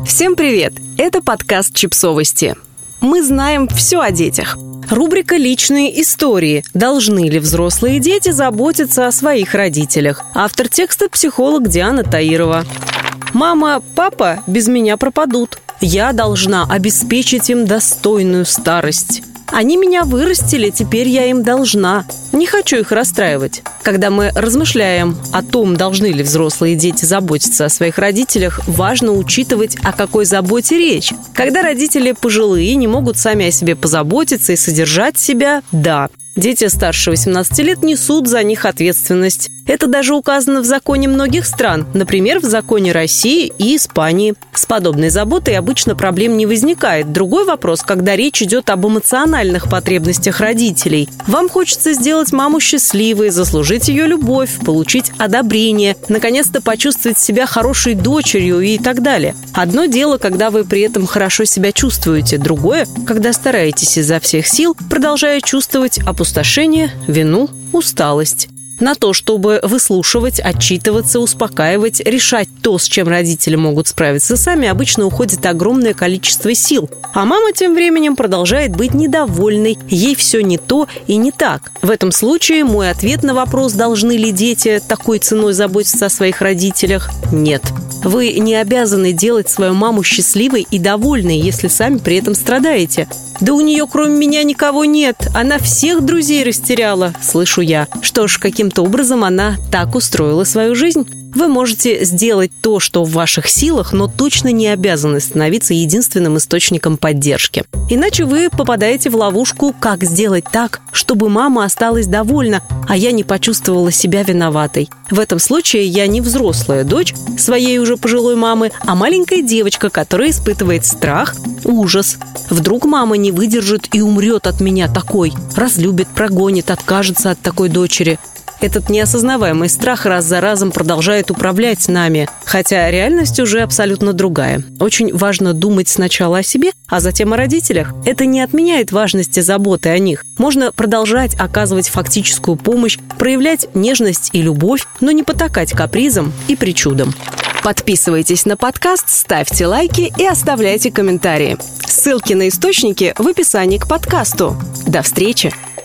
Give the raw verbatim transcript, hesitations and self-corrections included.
Всем привет! Это подкаст «Чипсовости». Мы знаем все о детях. Рубрика «Личные истории». Должны ли взрослые дети заботиться о своих родителях? Автор текста – психолог Диана Таирова. Мама, папа без меня пропадут. Я должна обеспечить им достойную старость. Они меня вырастили, теперь я им должна. Не хочу их расстраивать. Когда мы размышляем о том, должны ли взрослые дети заботиться о своих родителях, важно учитывать, о какой заботе речь. Когда родители пожилые, не могут сами о себе позаботиться и содержать себя – да. Дети старше восемнадцати лет несут за них ответственность. Это даже указано в законе многих стран, например, в законе России и Испании. С подобной заботой обычно проблем не возникает. Другой вопрос, когда речь идет об эмоциональных потребностях родителей. Вам хочется сделать маму счастливой, заслужить ее любовь, получить одобрение, наконец-то почувствовать себя хорошей дочерью и так далее. Одно дело, когда вы при этом хорошо себя чувствуете, другое, когда стараетесь изо всех сил, продолжая чувствовать опустошение, вину, усталость. На то, чтобы выслушивать, отчитываться, успокаивать, решать то, с чем родители могут справиться сами, обычно уходит огромное количество сил. А мама тем временем продолжает быть недовольной, ей все не то и не так. В этом случае мой ответ на вопрос, должны ли дети такой ценой заботиться о своих родителях – нет. Вы не обязаны делать свою маму счастливой и довольной, если сами при этом страдаете. «Да у нее кроме меня никого нет, она всех друзей растеряла», – слышу я. Что ж, каким-то образом она так устроила свою жизнь. Вы можете сделать то, что в ваших силах, но точно не обязаны становиться единственным источником поддержки. Иначе вы попадаете в ловушку, как сделать так, чтобы мама осталась довольна, а я не почувствовала себя виноватой. В этом случае я не взрослая дочь своей уже пожилой мамы, а маленькая девочка, которая испытывает страх, ужас. Вдруг мама не выдержит и умрет от меня такой, разлюбит, прогонит, откажется от такой дочери. Этот неосознаваемый страх раз за разом продолжает управлять нами, хотя реальность уже абсолютно другая. Очень важно думать сначала о себе, а затем о родителях. Это не отменяет важности заботы о них. Можно продолжать оказывать фактическую помощь, проявлять нежность и любовь, но не потакать капризам и причудам. Подписывайтесь на подкаст, ставьте лайки и оставляйте комментарии. Ссылки на источники в описании к подкасту. До встречи!